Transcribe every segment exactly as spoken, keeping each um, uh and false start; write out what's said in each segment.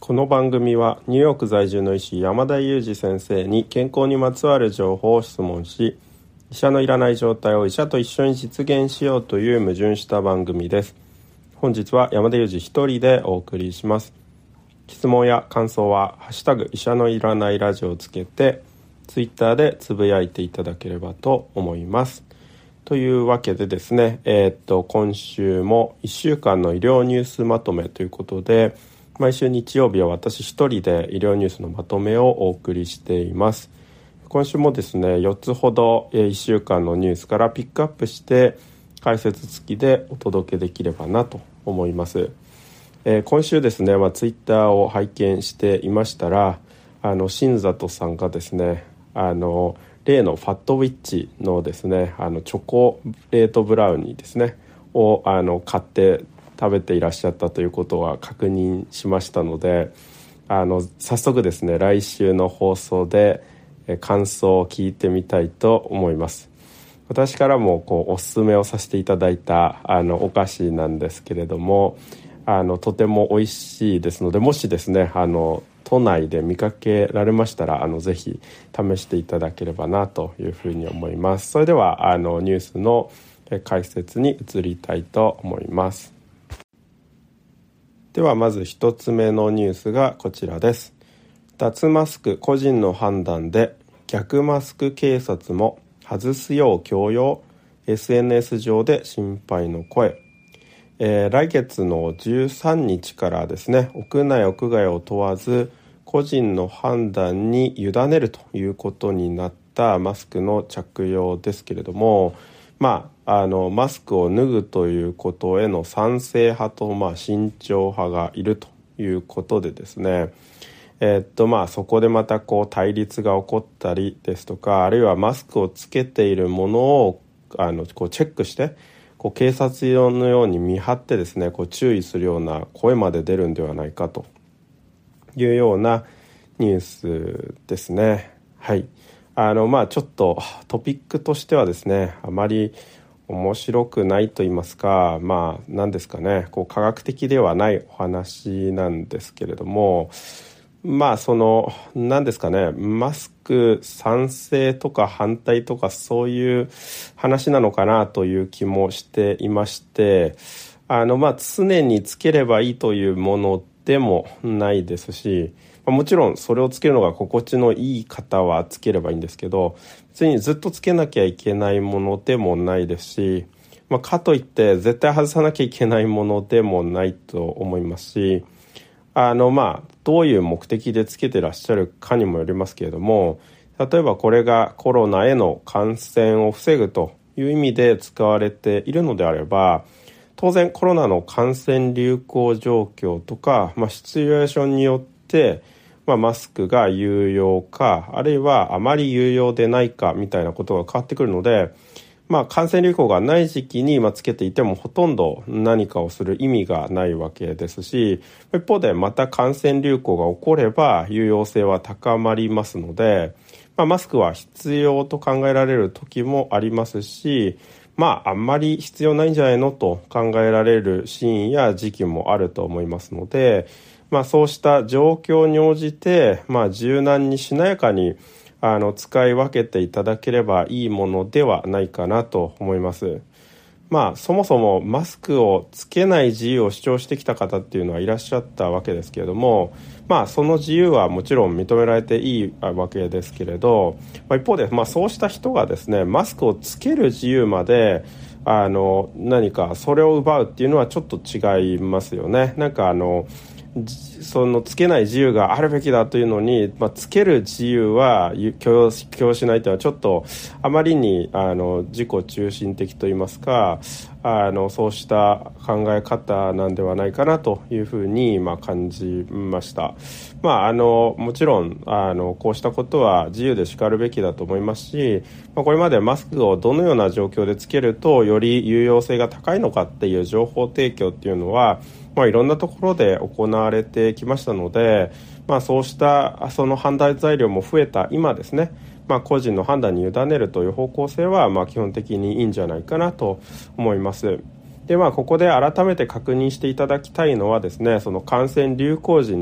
この番組はニューヨーク在住の医師山田裕二先生に健康にまつわる情報を質問し、医者のいらない状態を医者と一緒に実現しようという矛盾した番組です。本日は山田裕二一人でお送りします。質問や感想はハッシュタグ医者のいらないラジオをつけてツイッターでつぶやいていただければと思います。というわけでですね、えー、っと今週もいっしゅうかんの医療ニュースまとめということで、毎週日曜日は私一人で医療ニュースのまとめをお送りしています。今週もですね、よっつほどいっしゅうかんのニュースからピックアップして解説付きでお届けできればなと思います。えー、今週ですね、まあ、ツイッターを拝見していましたら、あの新里さんがですね、あの例のファットウィッチのですね、あのチョコレートブラウニーですねをあの買って食べていらっしゃったということは確認しましたので、あの早速ですね、来週の放送で感想を聞いてみたいと思います。私からもこうおすすめをさせていただいたあのお菓子なんですけれども、あのとても美味しいですので、もしですね、あの都内で見かけられましたら、あのぜひ試していただければなというふうに思います。それではあのニュースの解説に移りたいと思います。ではまず一つ目のニュースがこちらです。脱マスク個人の判断で逆マスク警察も外すよう強要、 エスエヌエス 上で心配の声。えー、来月のじゅうさんにちからですね、屋内屋外を問わず個人の判断に委ねるということになったマスクの着用ですけれども、まあ、あのマスクを脱ぐということへの賛成派と、まあ、慎重派がいるということでですね、えーっとまあ、そこでまたこう対立が起こったりですとか、あるいはマスクをつけているものをあのこうチェックしてこう警察のように見張ってですね、こう注意するような声まで出るんではないかというようなニュースですね。はい。あのまあちょっとトピックとしてはですね、あまり面白くないと言いますか、まあ何ですかね、こう科学的ではないお話なんですけれども、まあその何ですかね、マスク賛成とか反対とかそういう話なのかなという気もしていまして、あのまあ常につければいいというものでもないですし、もちろんそれをつけるのが心地のいい方はつければいいんですけど、別にずっとつけなきゃいけないものでもないですし、まあ、かといって絶対外さなきゃいけないものでもないと思いますし、あのまあどういう目的でつけてらっしゃるかにもよりますけれども、例えばこれがコロナへの感染を防ぐという意味で使われているのであれば、当然コロナの感染流行状況とか、まあ、シチュエーションによってまあ、マスクが有用か、あるいはあまり有用でないかみたいなことが変わってくるので、まあ、感染流行がない時期につけていてもほとんど何かをする意味がないわけですし、一方でまた感染流行が起これば有用性は高まりますので、まあ、マスクは必要と考えられる時もありますし、まああんまり必要ないんじゃないのと考えられるシーンや時期もあると思いますので、まあ、そうした状況に応じて、まあ、柔軟にしなやかにあの使い分けていただければいいものではないかなと思います。まあ、そもそもマスクをつけない自由を主張してきた方っていうのはいらっしゃったわけですけれども、まあ、その自由はもちろん認められていいわけですけれど、まあ、一方で、まあ、そうした人がですね、マスクをつける自由まであの何かそれを奪うっていうのはちょっと違いますよね。なんかあのそのつけない自由があるべきだというのに、まあ、つける自由は許容、許容しないというのはちょっとあまりにあの自己中心的といいますか、あのそうした考え方なんではないかなというふうに、まあ、感じました。まあ、あのもちろんあのこうしたことは自由でしかるべきだと思いますし、まあ、これまでマスクをどのような状況でつけるとより有用性が高いのかっていう情報提供っていうのは、まあ、いろんなところで行われてきましたので、まあ、そうしたその判断材料も増えた今ですね、まあ、個人の判断に委ねるという方向性はまあ基本的にいいんじゃないかなと思います。で、まあ、ここで改めて確認していただきたいのはですね、その感染流行時に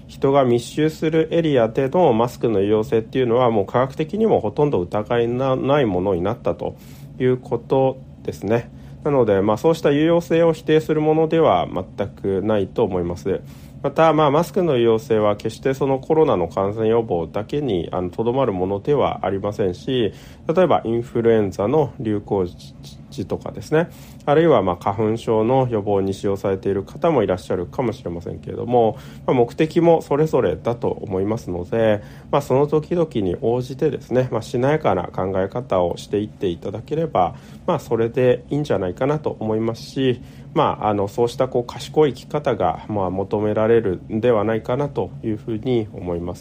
人が密集するエリアでのマスクの有用性っていうのはもう科学的にもほとんど疑いのないものになったということですね。なので、まあ、そうした有用性を否定するものでは全くないと思います。また、まあ、マスクの有用性は決してそのコロナの感染予防だけにとどまるものではありませんし、例えばインフルエンザの流行時とかですね、あるいはまあ花粉症の予防に使用されている方もいらっしゃるかもしれませんけれども、まあ、目的もそれぞれだと思いますので、まあ、その時々に応じてですね、まあ、しなやかな考え方をしていっていただければ、まあ、それでいいんじゃないかなと思いますし、まあ、あのそうしたこう賢い生き方がまあ求められるんではないかなというふうに思います。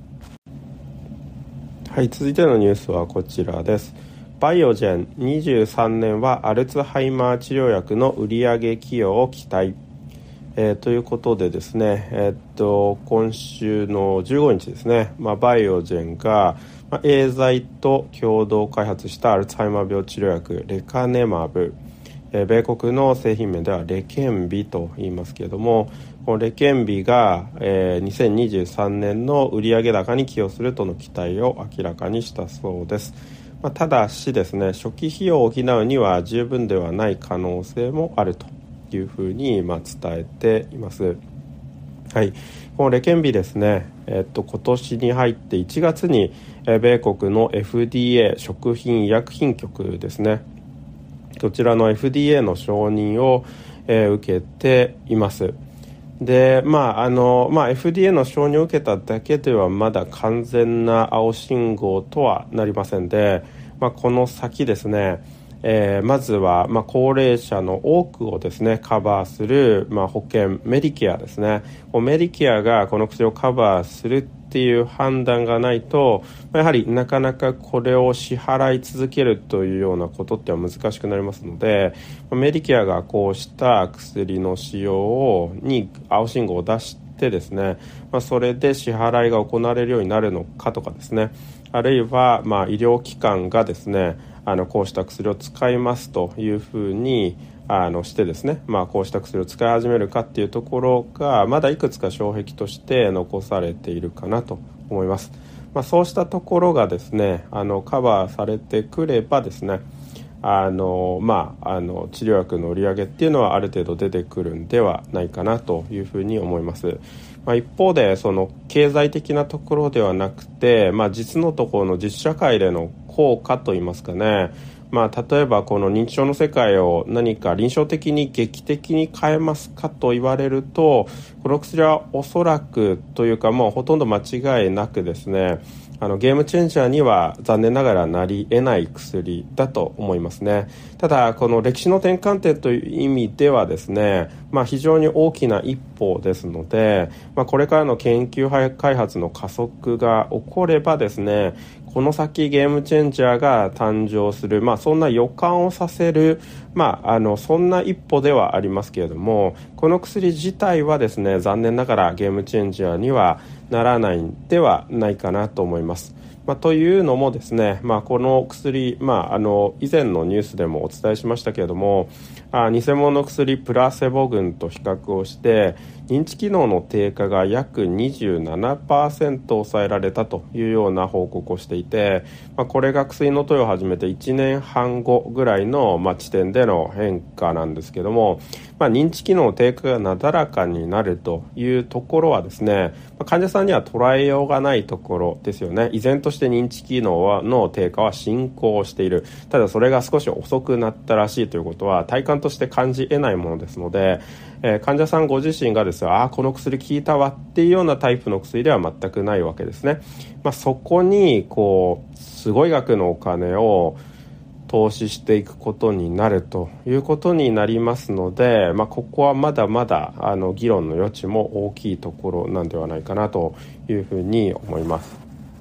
はい、続いてのニュースはこちらです。バイオジェンにじゅうさんねんはアルツハイマー治療薬の売上寄与を期待、えー、ということでですね、えー、っと今週のじゅうごにちですね、まあ、バイオジェンが、まあ、エーザイと共同開発したアルツハイマー病治療薬レカネマブ、えー、米国の製品名ではレケンビと言いますけれども、このレケンビが、えー、にせんにじゅうさんねんの売上高に寄与するとの期待を明らかにしたそうです。まあ、ただしですね、初期費用を補うには十分ではない可能性もあるというふうにまあ伝えています。はい、このレケンビですね、えっと、今年に入っていちがつに、えー、米国の エフディーエー 食品医薬品局ですね、こちらの エフディーエー の承認を、えー、受けています。で、まああのまあ、エフディーエー の承認を受けただけではまだ完全な青信号とはなりませんで、まあ、この先ですね、えー、まずは、まあ、高齢者の多くをですねカバーする、まあ、保険メディケアですね、メディケアがこの薬をカバーするっていう判断がないと、やはりなかなかこれを支払い続けるというようなことっては難しくなりますので、メディケアがこうした薬の使用をに青信号を出してですね、まあ、それで支払いが行われるようになるのかとかですね、あるいはまあ医療機関がですねあのこうした薬を使いますというふうにあのしてですね、まあ、こうした薬を使い始めるかっていうところがまだいくつか障壁として残されているかなと思います。まあ、そうしたところがですねあのカバーされてくればですね、あの、まあ、あの治療薬の売り上げっていうのはある程度出てくるんではないかなというふうに思います。まあ、一方でその経済的なところではなくて、まあ、実のところの実社会での効果といいますかね、まあ、例えばこの認知症の世界を何か臨床的に劇的に変えますかと言われると、この薬はおそらくというかもうほとんど間違いなくですね、あのゲームチェンジャーには残念ながらなり得ない薬だと思いますね。ただこの歴史の転換点という意味ではですね、まあ、非常に大きな一歩ですので、まあ、これからの研究開発の加速が起こればですね、この先ゲームチェンジャーが誕生する、まあ、そんな予感をさせる、まあ、あのそんな一歩ではありますけれども、この薬自体はですね残念ながらゲームチェンジャーにはならないんではないかなと思います。まあ、というのもですね、まあ、この薬、まあ、あの以前のニュースでもお伝えしましたけれども、あ偽物の薬プラセボ群と比較をして認知機能の低下が約 にじゅうななパーセント 抑えられたというような報告をしていて、まあ、これが薬の投与を始めていちねんはんごぐらいの、まあ、地点での変化なんですけども、まあ、認知機能の低下がなだらかになるというところはですね、まあ、患者さんには捉えようがないところですよね。依然として認知機能はの低下は進行している。ただそれが少し遅くなったらしいということは体感として感じ得ないものですので、えー、患者さんご自身がですね、ああこの薬効いたわっていうようなタイプの薬では全くないわけですね。まあ、そこにこうすごい額のお金を投資していくことになるということになりますので、まあ、ここはまだまだあの議論の余地も大きいところなんではないかなというふうに思います。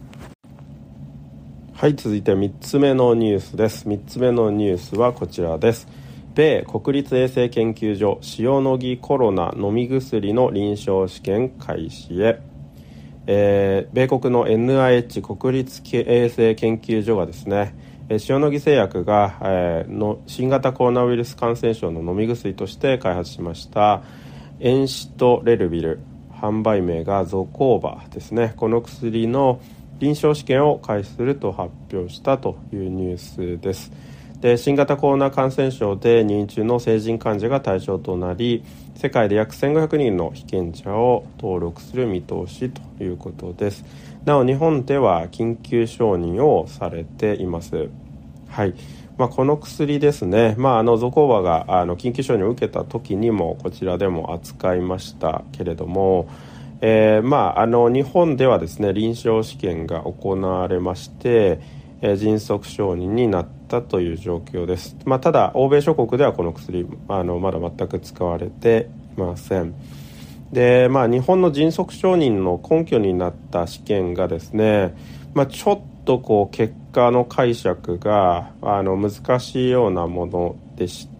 はい、続いてみっつめのニュースです。みっつめのニュースはこちらです。米国立衛生研究所塩野義コロナ飲み薬の臨床試験開始へ。えー、米国の エヌアイエイチ 国立衛生研究所がですね、塩野義製薬が、えー、の新型コロナウイルス感染症の飲み薬として開発しましたエンシトレルビル販売名がゾコーバですね。この薬の臨床試験を開始すると発表したというニュースです。で、新型コロナ感染症で入院中の成人患者が対象となり、世界で約せんごひゃくにんの被験者を登録する見通しということです。なお日本では緊急承認をされています。はい。まあ、この薬ですね、まあ、あのゾコーバがあの緊急承認を受けた時にもこちらでも扱いましたけれども、えーまあ、あの日本ではですね臨床試験が行われまして、えー、迅速承認になったという状況です。まあ、ただ欧米諸国ではこの薬あのまだ全く使われていません。で、まあ、日本の迅速承認の根拠になった試験がですね、まあ、ちょっとこう結果の解釈があの難しいようなものでして、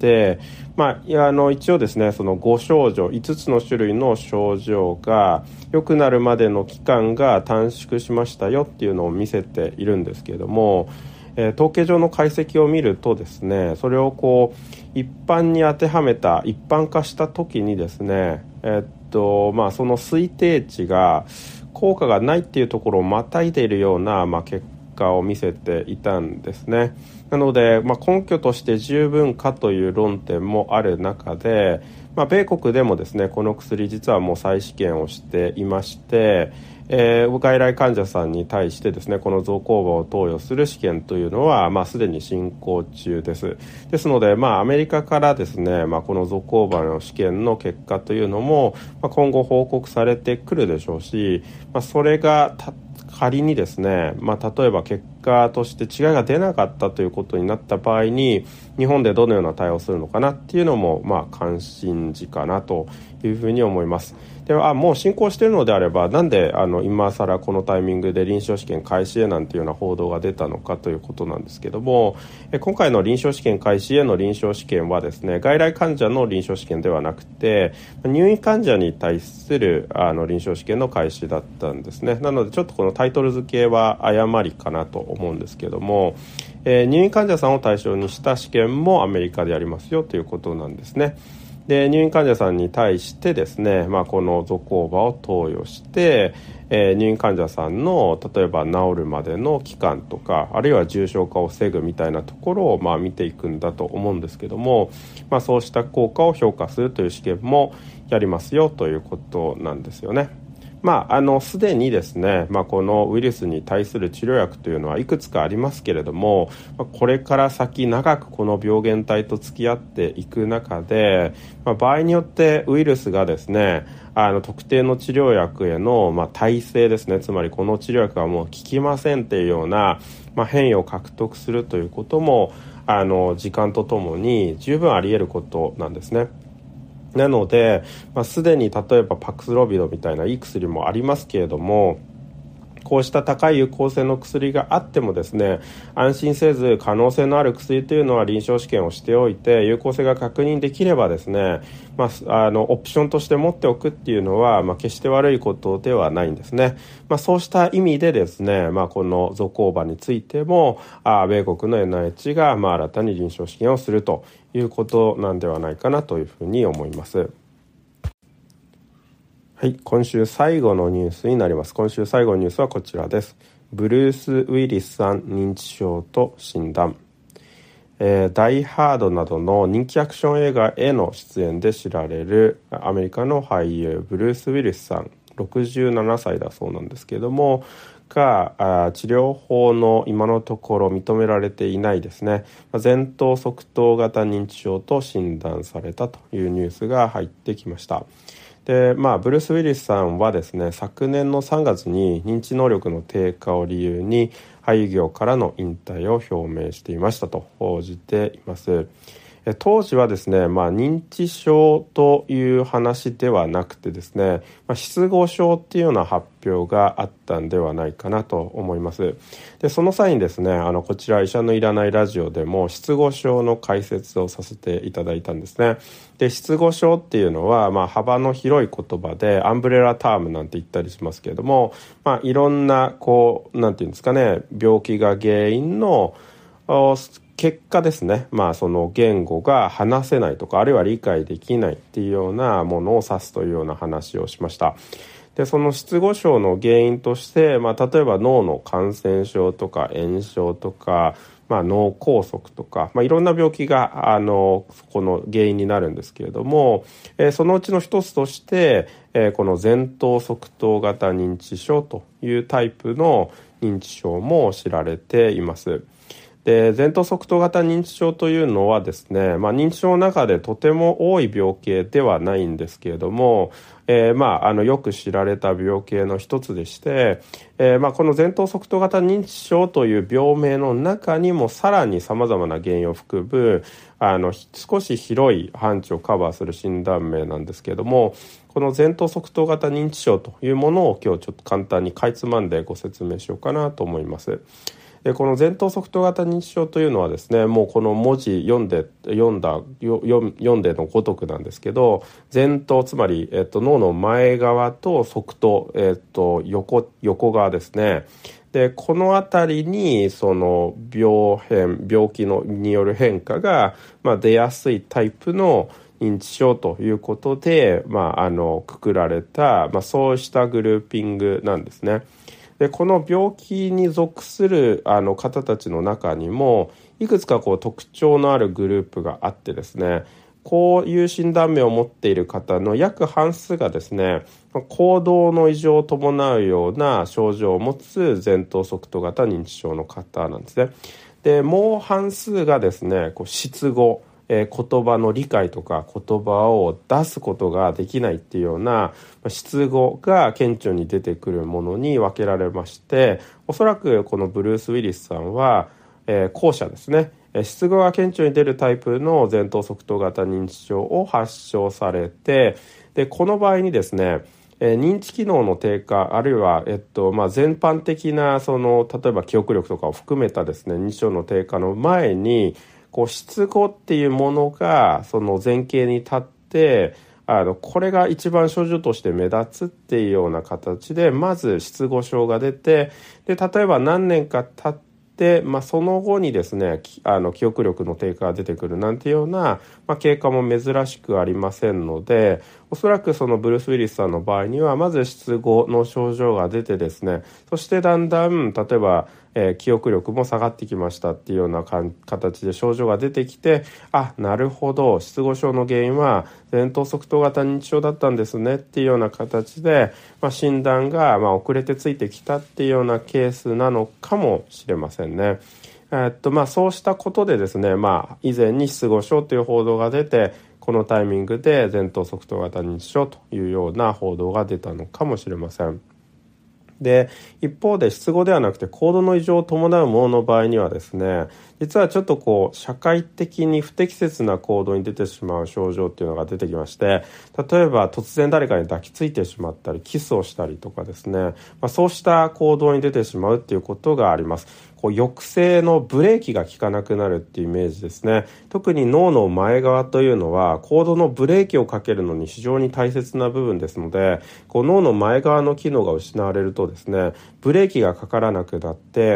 まあ、いやあの一応ですねそのご症状いつつの種類の症状が良くなるまでの期間が短縮しましたよっていうのを見せているんですけれども、えー、統計上の解析を見るとですねそれをこう一般に当てはめた一般化した時にですね、えーっとまあ、その推定値が効果がないっていうところをまたいでいるような、まあ、結果を見せていたんですね。なので、まあ、根拠として十分かという論点もある中で、まあ、米国でもですねこの薬実はもう再試験をしていまして、えー、外来患者さんに対してですねこのゾコーバを投与する試験というのは、まあ、すでに進行中です。ですので、まあ、アメリカからですね、まあ、このゾコーバの試験の結果というのも、まあ、今後報告されてくるでしょうし、まあ、それがた仮にですね、まあ、例えば結果として違いが出なかったということになった場合に日本でどのような対応をするのかなっていうのも、まあ、関心事かなというふうに思います。ではあもう進行しているのであればなんであの今更このタイミングで臨床試験開始へなんていうような報道が出たのかということなんですけども、え今回の臨床試験開始への臨床試験はですね外来患者の臨床試験ではなくて入院患者に対するあの臨床試験の開始だったんですね。なのでちょっとこのタイトル付けは誤りかなと思うんですけども、えー、入院患者さんを対象にした試験もアメリカでやりますよということなんですね。で入院患者さんに対してですね、まあ、このゾコーバを投与して、えー、入院患者さんの例えば治るまでの期間とかあるいは重症化を防ぐみたいなところをまあ見ていくんだと思うんですけども、まあ、そうした効果を評価するという試験もやりますよということなんですよね。まあ、あのすでにですね、まあ、このウイルスに対する治療薬というのはいくつかありますけれども、まあ、これから先長くこの病原体と付き合っていく中で、まあ、場合によってウイルスがですねあの特定の治療薬への、まあ、耐性ですね、つまりこの治療薬はもう効きませんっていうような、まあ、変異を獲得するということもあの時間とともに十分あり得ることなんですね。なので、まあ、すでに例えばパクスロビドみたいないい薬もありますけれどもこうした高い有効性の薬があってもですね安心せず可能性のある薬というのは臨床試験をしておいて有効性が確認できればですね、まあ、あのオプションとして持っておくっていうのは、まあ、決して悪いことではないんですね。まあ、そうした意味でですね、まあ、このゾコーバについてもあ米国の エヌアイエイチ が、まあ、新たに臨床試験をするということなんではないかなというふうに思います。はい、今週最後のニュースになります。今週最後のニュースはこちらです。ブルース・ウィリスさん認知症と診断、えー、ダイ・ハードなどの人気アクション映画への出演で知られるアメリカの俳優ブルース・ウィリスさんろくじゅうななさいだそうなんですけれどもが治療法の今のところ認められていないですね前頭側頭型認知症と診断されたというニュースが入ってきました。でまあ、ブルース・ウィリスさんはですね昨年のさんがつに認知能力の低下を理由に俳優業からの引退を表明していましたと報じています。当時はですね、まあ、認知症という話ではなくてですね、まあ、失語症っていうような発表があったんではないかなと思います。でその際にですねあのこちら医者のいらないラジオでも失語症の解説をさせていただいたんですね。で失語症っていうのは、まあ、幅の広い言葉でアンブレラタームなんて言ったりしますけれども、まあ、いろんなこうなんていうんですかね病気が原因の結果ですね、まあその言語が話せないとか、あるいは理解できないっていうようなものを指すというような話をしました。で、その失語症の原因として、まあ例えば脳の感染症とか炎症とか、まあ脳梗塞とか、まあいろんな病気が、あの、この原因になるんですけれども、えー、そのうちの一つとして、えー、この前頭側頭型認知症というタイプの認知症も知られています。で、前頭側頭型認知症というのはですね、まあ、認知症の中でとても多い病気ではないんですけれども、えー、まあ、あの、よく知られた病気の一つでして、えー、まあ、この前頭側頭型認知症という病名の中にもさらに様々な原因を含む、あの、少し広い範疇をカバーする診断名なんですけれども、この前頭側頭型認知症というものを今日ちょっと簡単にかいつまんでご説明しようかなと思います。で、この前頭側頭型認知症というのはですね、もうこの文字読んで読んだ読んでのごとくなんですけど、前頭、つまり、えっと、脳の前側と側頭、えっと、横横側ですね。で、このあたりにその病変病気のによる変化が、まあ、出やすいタイプの認知症ということで、まあ、あのくくられた、まあ、そうしたグルーピングなんですね。で、この病気に属するあの方たちの中にもいくつかこう特徴のあるグループがあってですね、こういう診断名を持っている方の約半数がですね、行動の異常を伴うような症状を持つ前頭側頭型認知症の方なんですね。で、もう半数がですね、こう失語、えー、言葉の理解とか言葉を出すことができないっていうような失語が顕著に出てくるものに分けられまして、おそらくこのブルース・ウィリスさんは、えー、後者ですね、失語が顕著に出るタイプの前頭側頭型認知症を発症されて、でこの場合にですね、えー、認知機能の低下、あるいは、えっとまあ、全般的なその例えば記憶力とかを含めたですね、認知症の低下の前にこう失語っていうものがその前景に立って、あのこれが一番症状として目立つっていうような形でまず失語症が出て、で例えば何年か経ってで、まあ、その後にですね、あの記憶力の低下が出てくるなんていうような、まあ、経過も珍しくありませんので、おそらくそのブルース・ウィリスさんの場合にはまず失語の症状が出てですね、そしてだんだん例えば、えー、記憶力も下がってきましたっていうようなかん形で症状が出てきて、あ、なるほど、失語症の原因は前頭側頭型認知症だったんですねっていうような形で、まあ、診断がまあ遅れてついてきたっていうようなケースなのかもしれませんね。えっとまあ、そうしたことでですね、まあ、以前に失語症という報道が出て、このタイミングで前頭側頭型認知症というような報道が出たのかもしれません。で、一方で失語ではなくて行動の異常を伴うものの場合にはですね、実はちょっとこう社会的に不適切な行動に出てしまう症状っていうのが出てきまして、例えば突然誰かに抱きついてしまったりキスをしたりとかですね、まあ、そうした行動に出てしまうっていうことがあります。こう抑制のブレーキが効かなくなるっていうイメージですね。特に脳の前側というのは行動のブレーキをかけるのに非常に大切な部分ですので、こう脳の前側の機能が失われるとですね、ブレーキがかからなくなって、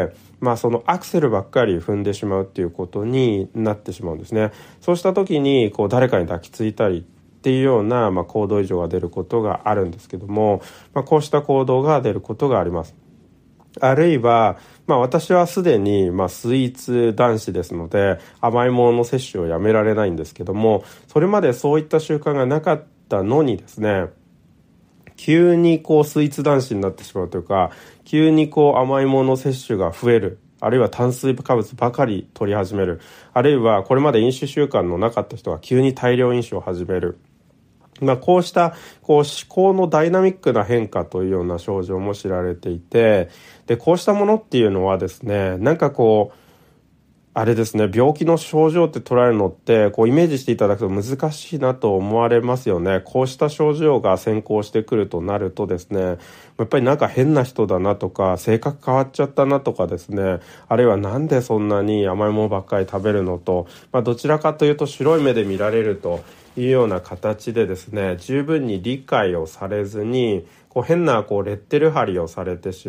まあそのアクセルばっかり踏んでしまうっていうことになってしまうんですね。そうした時にこう誰かに抱きついたりっていうような、まあ、行動異常が出ることがあるんですけども、まあ、こうした行動が出ることがあります。あるいは、まあ私はすでに、まあスイーツ男子ですので、甘いものの摂取をやめられないんですけども、それまでそういった習慣がなかったのにですね、急にこうスイーツ男子になってしまうというか、急にこう甘いもの摂取が増える。あるいは炭水化物ばかり取り始める。あるいはこれまで飲酒習慣のなかった人が急に大量飲酒を始める。まあ、こうしたこう思考のダイナミックな変化というような症状も知られていて、でこうしたものっていうのはですね、なんかこうあれですね、病気の症状って捉えるのってこうイメージしていただくと難しいなと思われますよね。こうした症状が先行してくるとなるとですね、やっぱりなんか変な人だなとか、性格変わっちゃったなとかですね、あるいはなんでそんなに甘いものばっかり食べるのと、まあ、どちらかというと白い目で見られるというような形でですね、十分に理解をされずにこう変なこうレッテル貼りをされてしまって、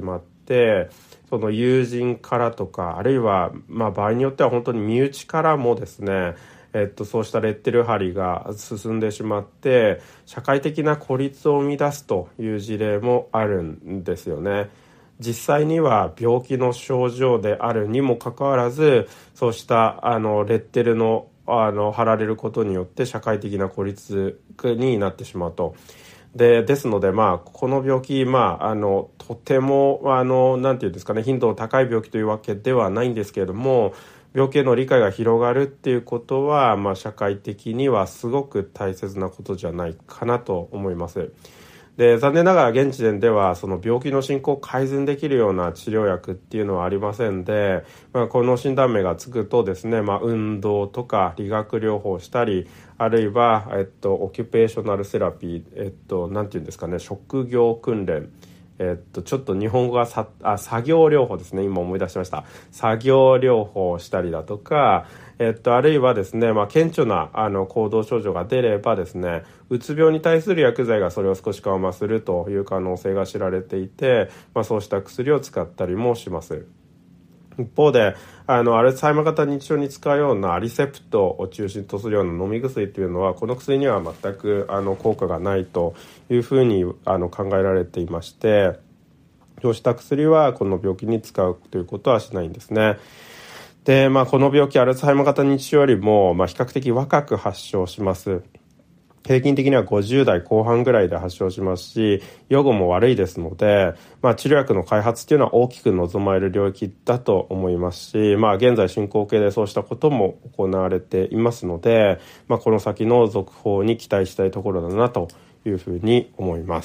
て、その友人からとか、あるいはまあ場合によっては本当に身内からもですね、えっと、そうしたレッテル貼りが進んでしまって社会的な孤立を生み出すという事例もあるんですよね。実際には病気の症状であるにもかかわらず、そうしたあのレッテルのあの貼られることによって社会的な孤立になってしまうと。で、ですので、まあ、この病気、まあ、あの、とても、あの、なんていうんですかね、頻度の高い病気というわけではないんですけれども、病気への理解が広がるっていうことは、まあ、社会的にはすごく大切なことじゃないかなと思います。で、残念ながら現時点ではその病気の進行を改善できるような治療薬っていうのはありませんで、まあ、この診断名がつくとですね、まあ、運動とか理学療法をしたり、あるいは、えっと、オキュペーショナルセラピー、えっと、なんていうんですかね、職業訓練、えっと、ちょっと日本語がさあ作業療法ですね、今思い出しました。作業療法をしたりだとか、えっと、あるいはですね、まあ、顕著なあの行動症状が出ればですね、うつ病に対する薬剤がそれを少し緩和するという可能性が知られていて、まあ、そうした薬を使ったりもします。一方で、あのアルツハイマー型認知症に使うようなアリセプトを中心とするような飲み薬というのは、この薬には全くあの効果がないというふうにあの考えられていまして、そうした薬はこの病気に使うということはしないんですね。で、まあ、この病気、アルツハイマー型認知症よりも、まあ、比較的若く発症します。平均的にはごじゅう代後半ぐらいで発症しますし、予後も悪いですので、まあ、治療薬の開発っていうのは大きく望まれる領域だと思いますし、まあ、現在進行形でそうしたことも行われていますので、まあ、この先の続報に期待したいところだなというふうに思います。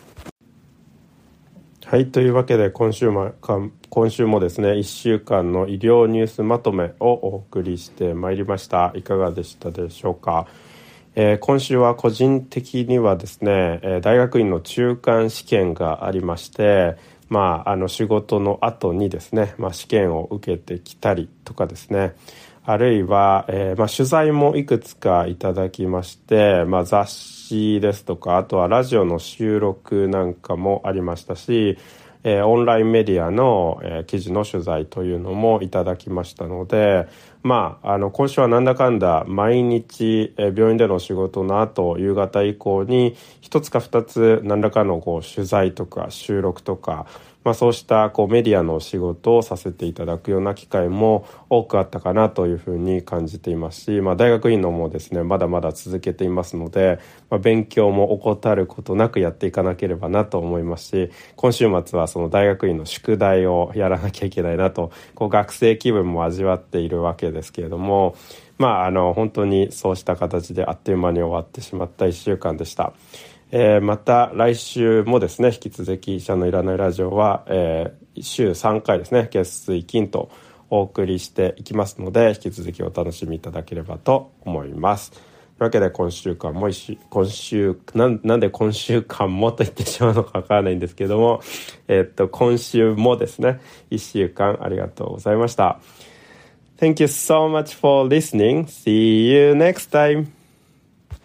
はい、というわけで今週も、今週もですね、いっしゅうかんの医療ニュースまとめをお送りしてまいりました。いかがでしたでしょうか。えー、今週は個人的にはですね、えー、大学院の中間試験がありまして、まあ、あの仕事の後にですね、まあ、試験を受けてきたりとかですね、あるいは、えーまあ、取材もいくつかいただきまして、まあ、雑誌ですとか、あとはラジオの収録なんかもありましたし、えー、オンラインメディアの、えー、記事の取材というのもいただきましたので、まあ、あの今週はなんだかんだ毎日、えー、病院での仕事の後夕方以降に一つか二つ何らかのこう取材とか収録とか、まあ、そうしたこうメディアの仕事をさせていただくような機会も多くあったかなというふうに感じていますし、まあ、大学院のもですねまだまだ続けていますので、まあ、勉強も怠ることなくやっていかなければなと思いますし、今週末はその大学院の宿題をやらなきゃいけないなと、こう学生気分も味わっているわけですけれども、まあ、あの本当にそうした形であっという間に終わってしまったいっしゅうかんでした。えー、また来週もですね、引き続き医者のいらないラジオは、えー、週さんかいですね、月水金とお送りしていきますので、引き続きお楽しみいただければと思います。というわけで今週間も一今週なん、なんで今週間もと言ってしまうのかわからないんですけども、えー、っと今週もですね、いっしゅうかんありがとうございました。Thank you so much for listening. See you next time.